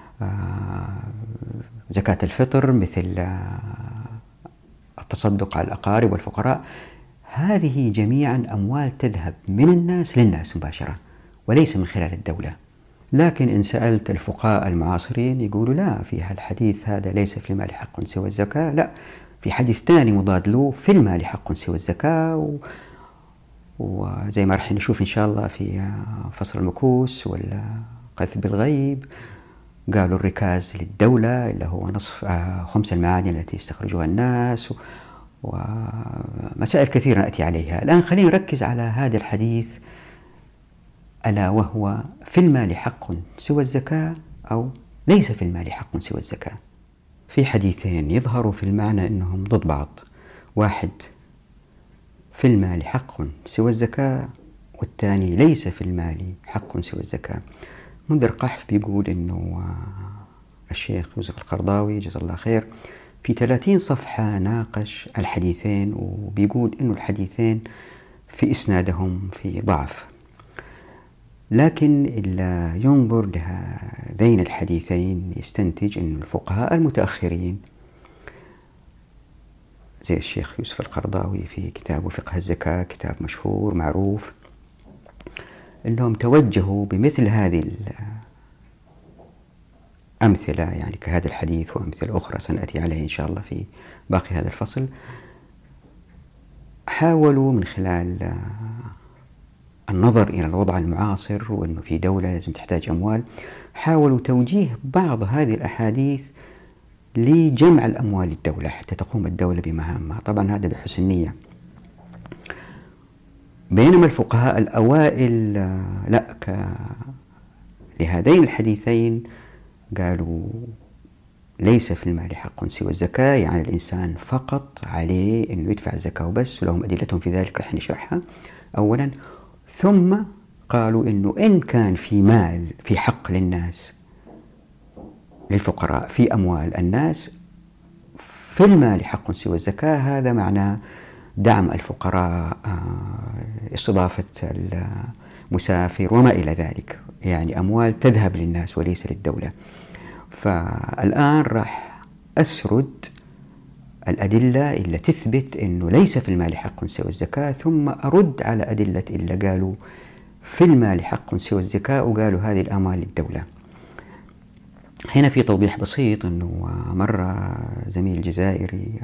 زكاة الفطر، مثل التصدق على الأقارب والفقراء. هذه جميعا أموال تذهب من الناس للناس مباشرة وليس من خلال الدولة. لكن إن سألت الفقهاء المعاصرين يقولوا لا، في الحديث هذا ليس في المال حق سوى الزكاة، لا، في حديث ثاني مضاد له: في المال حق سوى الزكاة. و... وزي ما رح نشوف إن شاء الله في فصل المكوس والقذف بالغيب، قالوا الركاز للدولة اللي هو نصف خمس المعادن التي يستخرجها الناس، ومسائل كثيرة نأتي عليها. الآن خلينا نركز على هذا الحديث، ألا وهو: في المال حق سوى الزكاة أو ليس في المال حق سوى الزكاة. في حديثين يظهروا في المعنى أنهم ضد بعض. واحد في المال حق سوى الزكاة، والثاني ليس في المال حق سوى الزكاة. منذر قحف بيقول أنه الشيخ يوسف القرضاوي جزاه الله خير في ثلاثين صفحة ناقش الحديثين، وبيقول أنه الحديثين في إسنادهم في ضعف. لكن اللي ينظر لهذين الحديثين يستنتج أن الفقهاء المتأخرين زي الشيخ يوسف القرضاوي في كتابه فقه الزكاة، كتاب مشهور معروف، أنهم توجهوا بمثل هذه الأمثلة، يعني كهذا الحديث وأمثلة أخرى سنأتي عليه إن شاء الله في باقي هذا الفصل. حاولوا من خلال النظر إلى الوضع المعاصر وأنه في دولة لازم تحتاج أموال، حاولوا توجيه بعض هذه الأحاديث لجمع الأموال للدولة حتى تقوم الدولة بمهامها. طبعا هذا بحسن نية، بينما الفقهاء الأوائل لا ك... لهذين الحديثين قالوا ليس في المال حق سوى الزكاة، يعني الإنسان فقط عليه أنه يدفع الزكاة وبس، ولهم أدلتهم في ذلك رح نشرحها أولا. ثم قالوا أنه إن كان في مال في حق للناس للفقراء في أموال الناس في المال حق سوى الزكاة، هذا معناه دعم الفقراء، استضافة المسافر وما إلى ذلك، يعني أموال تذهب للناس وليس للدولة. فالآن راح أسرد الأدلة اللي تثبت أنه ليس في المال حق سوى الزكاة، ثم أرد على أدلة اللي قالوا في المال حق سوى الزكاة وقالوا هذه الأموال للدولة. هنا في توضيح بسيط، أنه مرة زميل جزائري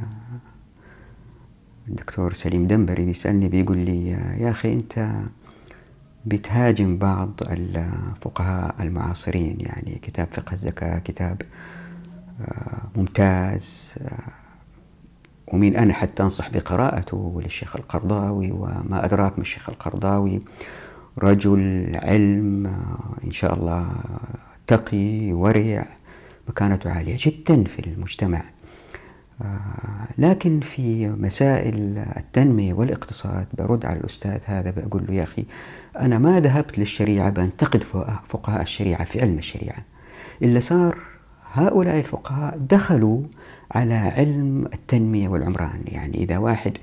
الدكتور سليم دنبري بيسألني بيقول لي يا أخي أنت بتهاجم بعض الفقهاء المعاصرين، يعني كتاب فقه الزكاة كتاب ممتاز، ومين أنا حتى أنصح بقراءته للشيخ القرضاوي، وما أدراك من الشيخ القرضاوي رجل علم إن شاء الله، تقي ورع، مكانته عالية جدا في المجتمع. لكن في مسائل التنمية والاقتصاد برد على الأستاذ هذا بقول له يا أخي أنا ما ذهبت للشريعة بنتقد فقهاء الشريعة في علم الشريعة، اللي صار هؤلاء الفقهاء دخلوا على علم التنمية والعمران. يعني إذا واحد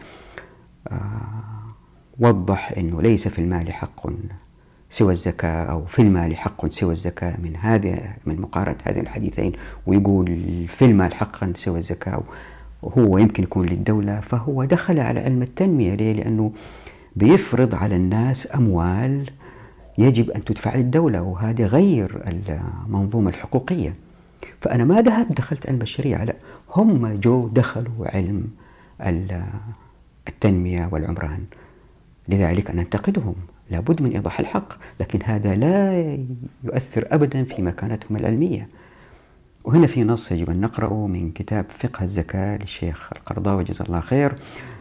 وضح أنه ليس في المال حق سوى الزكاة أو في المال حق سوى الزكاة من هذا من مقارنة هذين الحديثين، ويقول في المال حقا سوى الزكاة وهو يمكن يكون للدولة، فهو دخل على علم التنمية. ليه؟ لأنه بيفرض على الناس أموال يجب أن تدفع للدولة، وهذا غير المنظومة الحقوقية. فأنا ما ذهبت دخلت علم الشريعة، لا، هم جو دخلوا علم التنمية والعمران، لذلك أنا أنتقدهم، لابد من إيضاح الحق، لكن هذا لا يؤثر أبدا في مكانتهم العلمية. وهنا في نص يجب أن نقرأه من كتاب فقه الزكاة للشيخ القرضاوي جزاه الله خير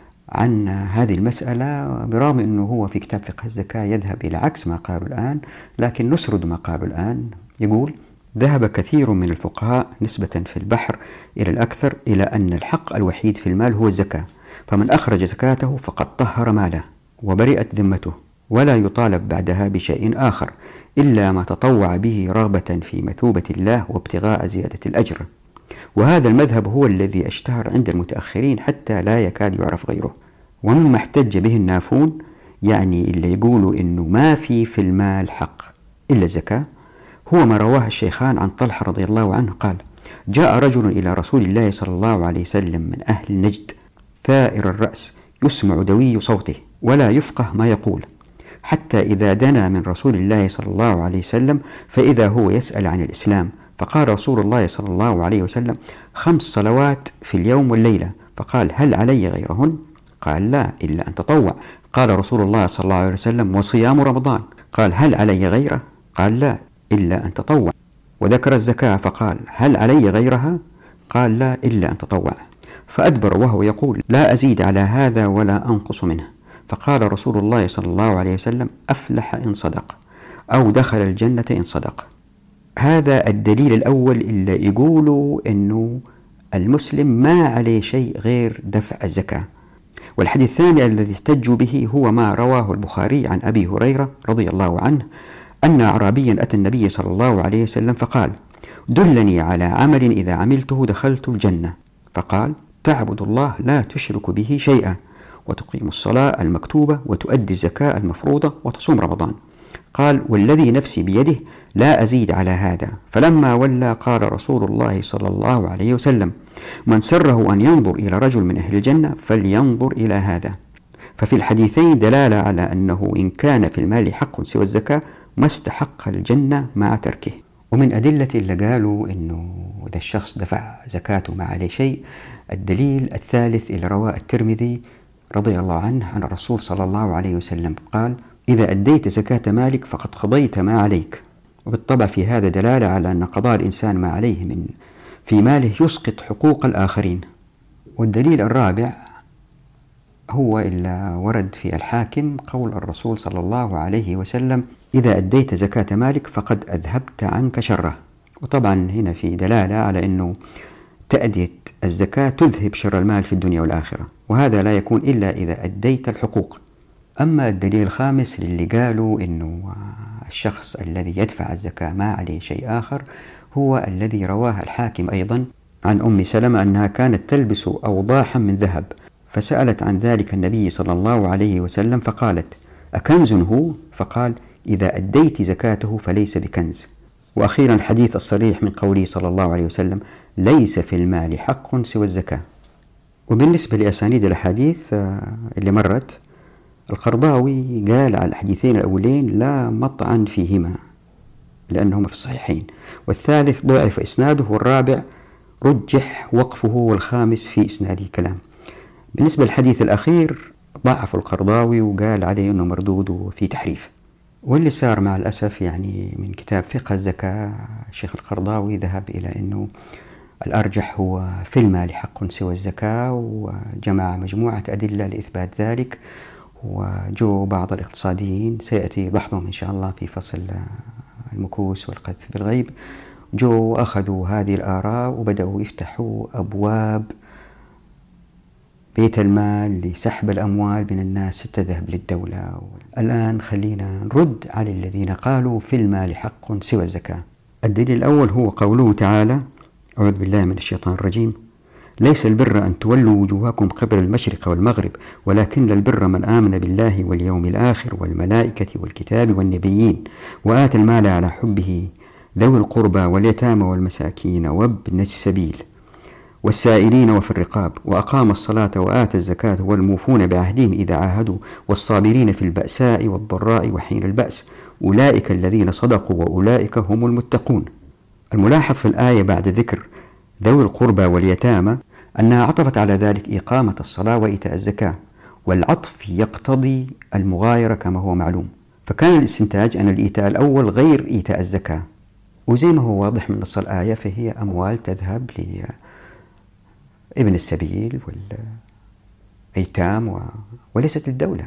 عن هذه المسألة، برغم أنه هو في كتاب فقه الزكاة يذهب إلى عكس ما قالوا الآن، لكن نسرد ما قالوا الآن. يقول: ذهب كثير من الفقهاء نسبة في البحر إلى الأكثر إلى أن الحق الوحيد في المال هو الزكاة، فمن أخرج زكاته فقد طهر ماله وبرئت ذمته، ولا يطالب بعدها بشيء آخر إلا ما تطوع به رغبة في مثوبة الله وابتغاء زيادة الأجر. وهذا المذهب هو الذي اشتهر عند المتأخرين حتى لا يكاد يعرف غيره. ومما احتج به النافون، يعني اللي يقولوا إنه ما في في المال حق إلا الزكاة، هو ما رواه الشيخان عن طلحة رضي الله عنه قال: جاء رجل إلى رسول الله صلى الله عليه وسلم من أهل نجد ثائر الرأس يسمع دوي صوته ولا يفقه ما يقول، حتى إذا دنا من رسول الله صلى الله عليه وسلم فإذا هو يسأل عن الإسلام، فقال رسول الله صلى الله عليه وسلم: خمس صلوات في اليوم والليلة. فقال: هل علي غيرهن؟ قال: لا، إلا أن تطوع. قال رسول الله صلى الله عليه وسلم: وصيام رمضان. قال: هل علي غيره؟ قال: لا، إلا أن تطوع. وذكر الزكاة فقال: هل علي غيرها؟ قال: لا، إلا أن تطوع. فأدبر وهو يقول: لا أزيد على هذا ولا أنقص منه. فقال رسول الله صلى الله عليه وسلم: أفلح إن صدق، أو دخل الجنة إن صدق. هذا الدليل الأول اللي يقولوا أنه المسلم ما عليه شيء غير دفع الزكاة. والحديث الثاني الذي احتجوا به هو ما رواه البخاري عن أبي هريرة رضي الله عنه أن أعرابيا أتى النبي صلى الله عليه وسلم فقال: دلني على عمل إذا عملته دخلت الجنة. فقال: تعبد الله لا تشرك به شيئا، وتقيم الصلاة المكتوبة، وتؤدي الزكاة المفروضة، وتصوم رمضان. قال: والذي نفسي بيده لا أزيد على هذا. فلما ولى قال رسول الله صلى الله عليه وسلم: من سره أن ينظر إلى رجل من أهل الجنة فلينظر إلى هذا. ففي الحديثين دلالة على أنه إن كان في المال حق سوى الزكاة ما استحق الجنة مع تركه. ومن أدلة اللي قالوا أنه إذا الشخص دفع زكاته ما عليه شيء، الدليل الثالث اللي رواه الترمذي رضي الله عنه عن الرسول صلى الله عليه وسلم قال: إذا أديت زكاة مالك فقد قضيت ما عليك. وبالطبع في هذا دلالة على أن قضاء الإنسان ما عليه من في ماله يسقط حقوق الآخرين. والدليل الرابع هو إلا ورد في الحاكم قول الرسول صلى الله عليه وسلم: إذا أديت زكاة مالك فقد أذهبت عنك شره. وطبعا هنا في دلالة على أنه تأدية الزكاة تذهب شر المال في الدنيا والآخرة، وهذا لا يكون إلا إذا أديت الحقوق. أما الدليل الخامس للي قالوا أنه الشخص الذي يدفع الزكاة ما عليه شيء آخر هو الذي رواه الحاكم أيضا عن أم سلمة أنها كانت تلبس أوضاحا من ذهب، فسألت عن ذلك النبي صلى الله عليه وسلم فقالت: أكنز هو؟ فقال: إذا أديت زكاته فليس بكنز. وأخيرا الحديث الصريح من قوله صلى الله عليه وسلم: ليس في المال حق سوى الزكاة. وبالنسبة لأسانيد الحديث اللي مرت، القرضاوي قال على الحديثين الأولين لا مطعن فيهما لأنهما في الصحيحين، والثالث ضعف إسناده، والرابع رجح وقفه، والخامس في إسناده كلام. بالنسبة للحديث الأخير ضعف القرضاوي وقال عليه أنه مردود وفي تحريف. واللي صار مع الأسف يعني من كتاب فقه الزكاة الشيخ القرضاوي ذهب إلى أنه الأرجح هو في المال حق سوى الزكاة، وجمع مجموعة أدلة لإثبات ذلك، وجو بعض الاقتصاديين سيأتي بحثهم إن شاء الله في فصل المكوس والقذف بالغيب، جو أخذوا هذه الآراء وبدأوا يفتحوا أبواب بيت المال لسحب الأموال من الناس تذهب للدولة. الآن خلينا نرد على الذين قالوا في المال حق سوى الزكاة. الدليل الأول هو قوله تعالى: أعوذ بالله من الشيطان الرجيم: ليس البر أن تولوا وجوهكم قبل المشرق والمغرب ولكن البر من آمن بالله واليوم الآخر والملائكة والكتاب والنبيين وآتى المال على حبه ذوي القربى واليتامى والمساكين وابن السبيل والسائلين وفي الرقاب وأقام الصلاة وآتى الزكاة والموفون بعهدهم إذا عاهدوا والصابرين في البأساء والضراء وحين البأس أولئك الذين صدقوا وأولئك هم المتقون. الملاحظ في الآية بعد ذكر ذوي القربى واليتامى أنها عطفت على ذلك إقامة الصلاة وإيتاء الزكاة، والعطف يقتضي المغايرة كما هو معلوم، فكان الاستنتاج أن الإيتاء الأول غير إيتاء الزكاة، وزي ما هو واضح من نص الآية فهي أموال تذهب لابن السبيل والأيتام و... وليست للدولة.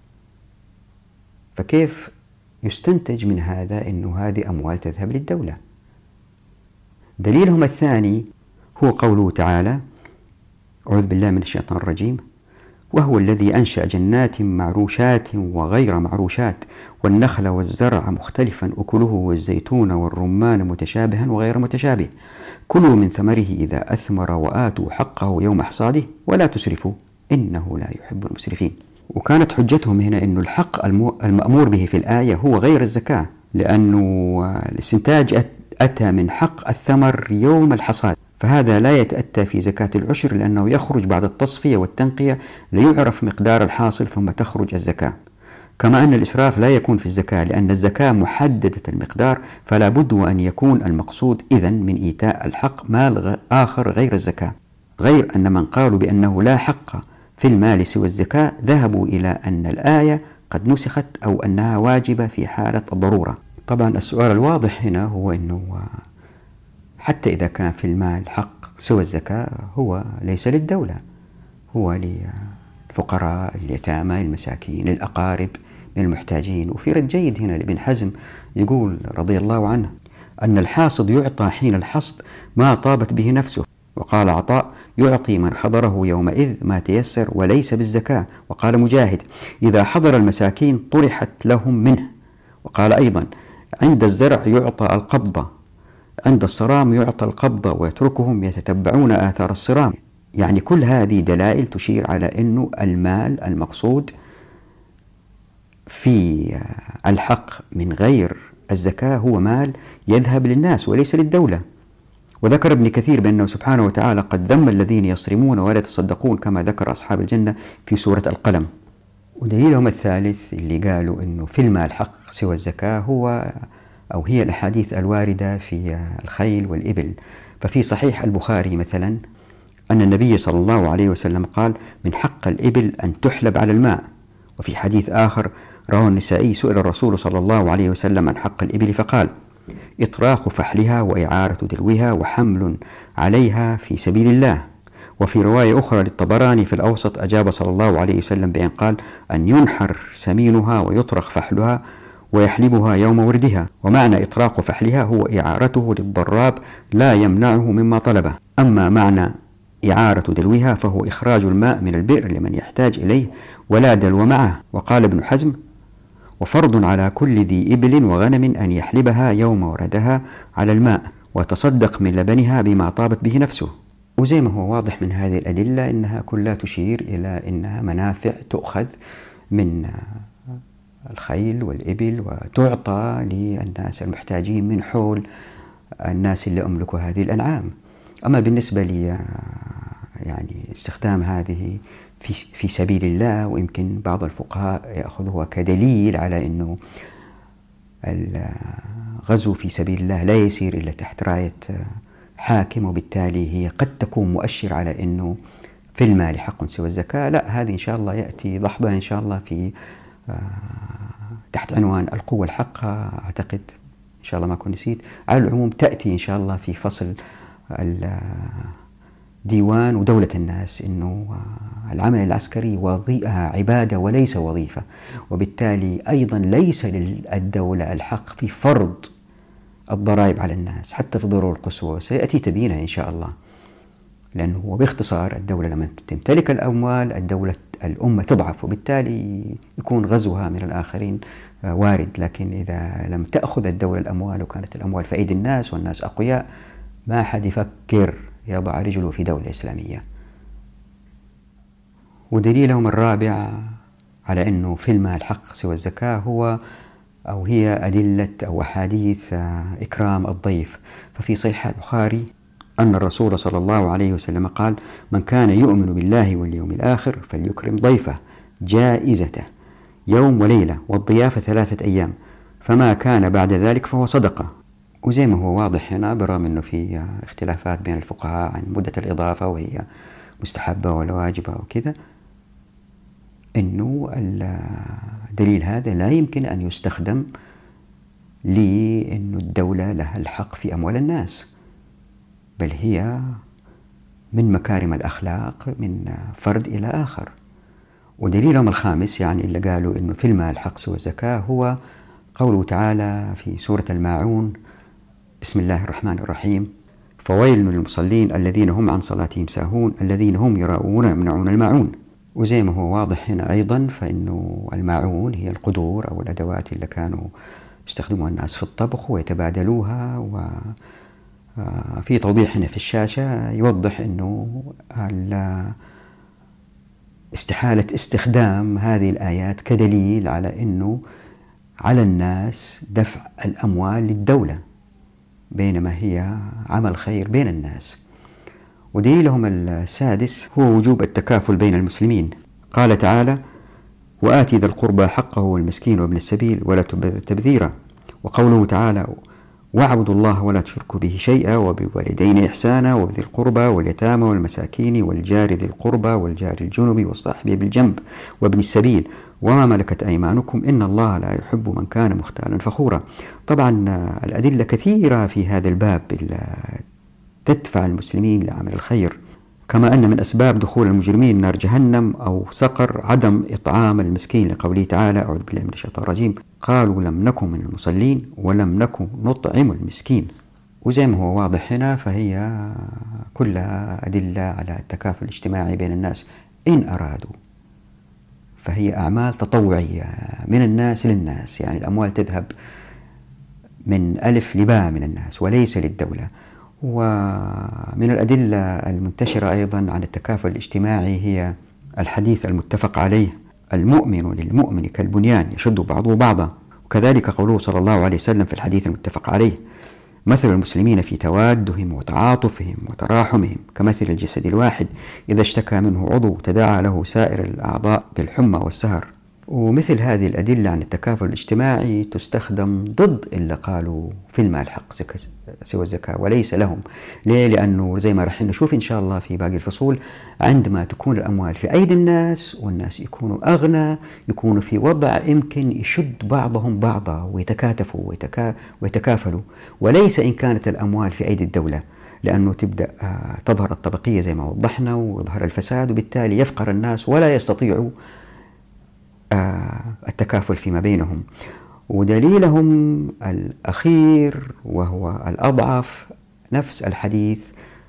فكيف يستنتج من هذا أنه هذه أموال تذهب للدولة؟ دليلهم الثاني هو قوله تعالى: أعوذ بالله من الشيطان الرجيم: وهو الذي أنشأ جنات معروشات وغير معروشات والنخل والزرع مختلفا أكله والزيتون والرمان متشابها وغير متشابه كلوا من ثمره إذا أثمر وآتوا حقه يوم حصاده ولا تسرفوا إنه لا يحب المسرفين. وكانت حجتهم هنا أن الحق المأمور به في الآية هو غير الزكاة، لأنه الاستنتاج أتى من حق الثمر يوم الحصاد، فهذا لا يتأتى في زكاة العشر لأنه يخرج بعد التصفية والتنقية ليعرف مقدار الحاصل ثم تخرج الزكاة. كما أن الإسراف لا يكون في الزكاة لأن الزكاة محددة المقدار، فلا بد أن يكون المقصود إذن من إيتاء الحق مال آخر غير الزكاة. غير أن من قالوا بأنه لا حق في المال سوى الزكاة ذهبوا إلى أن الآية قد نسخت أو أنها واجبة في حالة الضرورة. طبعا السؤال الواضح هنا هو أنه حتى إذا كان في المال حق سوى الزكاة هو ليس للدولة، هو للفقراء اليتامى المساكين الأقارب من المحتاجين. وفي رد جيد هنا لابن حزم يقول رضي الله عنه أن الحاصد يعطى حين الحصد ما طابت به نفسه، وقال عطاء: يعطي من حضره يومئذ ما تيسر وليس بالزكاة. وقال مجاهد: إذا حضر المساكين طرحت لهم منه. وقال أيضا: عند الزرع يعطى القبضة، عند الصرام يعطى القبضة ويتركهم يتتبعون آثار الصرام. يعني كل هذه دلائل تشير على أنه المال المقصود في الحق من غير الزكاة هو مال يذهب للناس وليس للدولة. وذكر ابن كثير بأنه سبحانه وتعالى قد ذم الذين يصرمون ولا يتصدقون كما ذكر أصحاب الجنة في سورة القلم. ودليلهم الثالث اللي قالوا أنه في المال حق سوى الزكاة هو أو هي الأحاديث الواردة في الخيل والإبل. ففي صحيح البخاري مثلا أن النبي صلى الله عليه وسلم قال: من حق الإبل أن تحلب على الماء. وفي حديث آخر رواه النسائي سئل الرسول صلى الله عليه وسلم عن حق الإبل فقال: إطراق فحلها وإعارة دلوها وحمل عليها في سبيل الله وفي رواية أخرى للطبراني في الأوسط أجاب صلى الله عليه وسلم بأن قال: أن ينحر سمينها ويطرق فحلها ويحلبها يوم وردها. ومعنى إطراق فحلها هو إعارته للضراب لا يمنعه مما طلبه. أما معنى إعارة دلوها فهو إخراج الماء من البئر لمن يحتاج إليه ولا دلو معه. وقال ابن حزم: وفرض على كل ذي إبل وغنم أن يحلبها يوم وردها على الماء وتصدق من لبنها بما طابت به نفسه. وزي ما هو واضح من هذه الأدلة إنها كلها تشير إلى إنها منافع تؤخذ من الخيل والإبل وتعطى للناس المحتاجين من حول الناس اللي أملكوا هذه الأنعام. أما بالنسبة لي يعني استخدام هذه في في سبيل الله، ويمكن بعض الفقهاء يأخذها كدليل على أنه الغزو في سبيل الله لا يسير إلا تحت راية حاكم، وبالتالي هي قد تكون مؤشر على أنه في المال حق سوى الزكاة. لا، هذه إن شاء الله يأتي ضحضها إن شاء الله في تحت عنوان القوة الحق، أعتقد إن شاء الله ما أكون نسيت. على العموم تأتي إن شاء الله في فصل الديوان ودولة الناس، إنه العمل العسكري وظيفة عبادة وليس وظيفة، وبالتالي أيضا ليس للدولة الحق في فرض الضرائب على الناس حتى في الضرورة القصوى، سيأتي تبيينها إن شاء الله. لأنه باختصار الدولة لما تمتلك الأموال الدولة الأمة تضعف، وبالتالي يكون غزوها من الآخرين وارد. لكن إذا لم تأخذ الدولة الأموال وكانت الأموال في أيدي الناس والناس أقوياء، ما حد يفكر يضع رجله في دولة إسلامية. ودليلهم الرابع على أنه في المال حق سوى الزكاة هو أو هي أدلة أو أحاديث إكرام الضيف. ففي صحيح البخاري أن الرسول صلى الله عليه وسلم قال: من كان يؤمن بالله واليوم الآخر فليكرم ضيفه، جائزته يوم وليلة، والضيافة ثلاثة أيام، فما كان بعد ذلك فهو صدقة. وزي ما هو واضح هنا، برغم أنه في اختلافات بين الفقهاء عن مدة الإضافة وهي مستحبة ولا واجبة وكذا، أنه الدليل هذا لا يمكن أن يستخدم لأنه الدولة لها الحق في أموال الناس، بل هي من مكارم الأخلاق من فرد إلى آخر. ودليلهم الخامس يعني اللي قالوا إنه في المال حق سوى الزكاة هو قوله تعالى في سورة الماعون: بسم الله الرحمن الرحيم: فويل للمصلين الذين هم عن صلاتهم ساهون الذين هم يراءون يمنعون الماعون. وزي ما هو واضح هنا أيضا، فإنه الماعون هي القدور أو الأدوات اللي كانوا يستخدموها الناس في الطبخ ويتبادلوها. و في توضيح هنا في الشاشة يوضح أنه استحالة استخدام هذه الآيات كدليل على أنه على الناس دفع الأموال للدولة، بينما هي عمل خير بين الناس. ودليلهم السادس هو وجوب التكافل بين المسلمين. قال تعالى: وآتي ذا القربى حقه والمسكين وابن السبيل ولا تبذر تبذيرا. وقوله تعالى: واعبدوا الله ولا تشركوا به شيئا وبالوالدين إحسانا وبذي القربى واليتامى والمساكين والجار ذي القربى والجار الجنب والصاحب بالجنب وابن السبيل وما ملكت أيمانكم إن الله لا يحب من كان مختالا فخورا. طبعا الأدلة كثيرة في هذا الباب تدفع المسلمين لعمل الخير، كما أن من أسباب دخول المجرمين نار جهنم أو سقر عدم إطعام المسكين، لقوله تعالى: أعوذ بالله من الشيطان الرجيم: قالوا لم نكن من المصلين ولم نكن نطعم المسكين. وزي ما هو واضح هنا، فهي كلها أدلة على التكافل الاجتماعي بين الناس إن أرادوا، فهي أعمال تطوعية من الناس للناس، يعني الأموال تذهب من ألف لباء من الناس وليس للدولة. ومن الأدلة المنتشرة أيضا عن التكافل الاجتماعي هي الحديث المتفق عليه: المؤمن للمؤمن كالبنيان يشد بعضه بعضا. وكذلك قوله صلى الله عليه وسلم في الحديث المتفق عليه: مثل المسلمين في توادهم وتعاطفهم وتراحمهم كمثل الجسد الواحد إذا اشتكى منه عضو تداعى له سائر الأعضاء بالحمى والسهر. ومثل هذه الأدلة عن التكافل الاجتماعي تستخدم ضد اللي قالوا في المال حق سوى الزكاة وليس لهم. ليه؟ لأنه زي ما رح نشوف إن شاء الله في باقي الفصول، عندما تكون الأموال في أيدي الناس والناس يكونوا أغنى، يكونوا في وضع يمكن يشد بعضهم بعضا ويتكاتفوا ويتكا ويتكافلوا، وليس إن كانت الأموال في أيدي الدولة، لأنه تبدأ تظهر الطبقية زي ما وضحنا ويظهر الفساد، وبالتالي يفقر الناس ولا يستطيعوا التكافل فيما بينهم. ودليلهم الأخير وهو الأضعف نفس الحديث: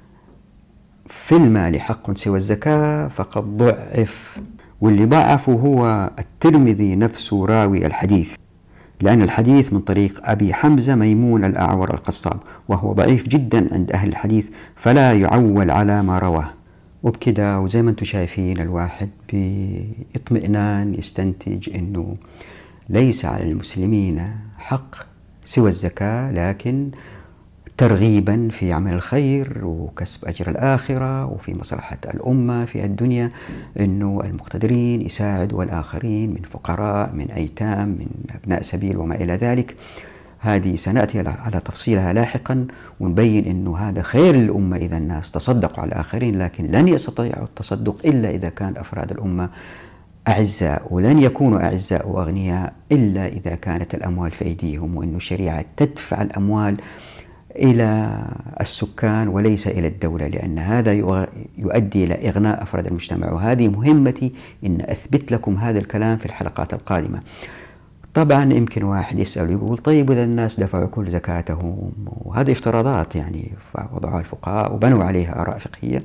في المال حق سوى الزكاة فقد ضعف. واللي ضعفه هو الترمذي نفسه راوي الحديث، لأن الحديث من طريق أبي حمزة ميمون الأعور القصاب، وهو ضعيف جدا عند أهل الحديث، فلا يعول على ما رواه. وبكده وزي ما انتم شايفين الواحد باطمئنان يستنتج أنه ليس على المسلمين حق سوى الزكاة، لكن ترغيبا في عمل الخير وكسب أجر الآخرة وفي مصلحة الأمة في الدنيا، أنه المقتدرين يساعدوا الآخرين من فقراء، من أيتام، من أبناء سبيل وما إلى ذلك. هذه سنأتي على تفصيلها لاحقا، ونبين أنه هذا خير للأمة إذا الناس تصدقوا على الآخرين، لكن لن يستطيعوا التصدق إلا إذا كان أفراد الأمة أعزاء، ولن يكونوا أعزاء وأغنياء إلا إذا كانت الأموال في أيديهم، وأن الشريعة تدفع الأموال إلى السكان وليس إلى الدولة، لأن هذا يؤدي إلى إغناء أفراد المجتمع. وهذه مهمتي أن أثبت لكم هذا الكلام في الحلقات القادمة. طبعا يمكن واحد يسأل ويقول طيب إذا الناس دفعوا كل زكاتهم، وهذه افتراضات يعني وضعها الفقهاء وبنوا عليها آراء فقهية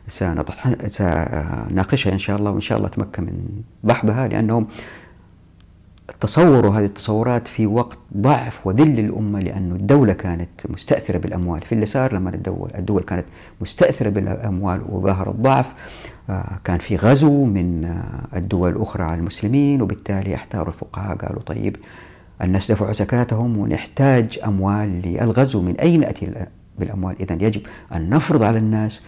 سنناقشها إن شاء الله، وإن شاء الله تمكن من دحضها، لأنهم تصوروا هذه التصورات في وقت ضعف وذل الأمة، لأن الدولة كانت مستأثرة بالأموال. في اللي صار لما الدول, الدول كانت مستأثرة بالأموال وظهر الضعف، كان في غزو من الدول الأخرى على المسلمين، وبالتالي احتاروا الفقهاء قالوا طيب الناس دفعوا زكاتهم ونحتاج أموال للغزو، من أين نأتي بالأموال؟ إذن يجب أن نفرض على الناس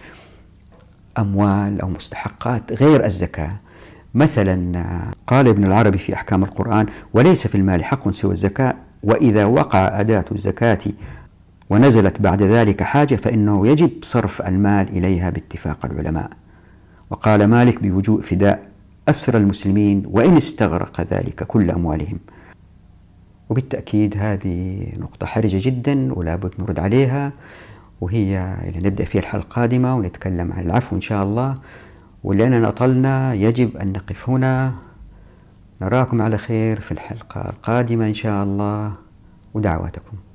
أموال أو مستحقات غير الزكاة. مثلا قال ابن العربي في أحكام القرآن: وليس في المال حق سوى الزكاة، وإذا وقع أداة الزكاة ونزلت بعد ذلك حاجة فإنه يجب صرف المال إليها باتفاق العلماء. وقال مالك بوجوب فداء أسر المسلمين وإن استغرق ذلك كل أموالهم. وبالتأكيد هذه نقطة حرجة جدا ولا بد نرد عليها، وهي اللي نبدأ فيها الحلقة القادمة ونتكلم عن العفو إن شاء الله. ولأننا أطلنا يجب أن نقف هنا. نراكم على خير في الحلقة القادمة إن شاء الله، ودعواتكم.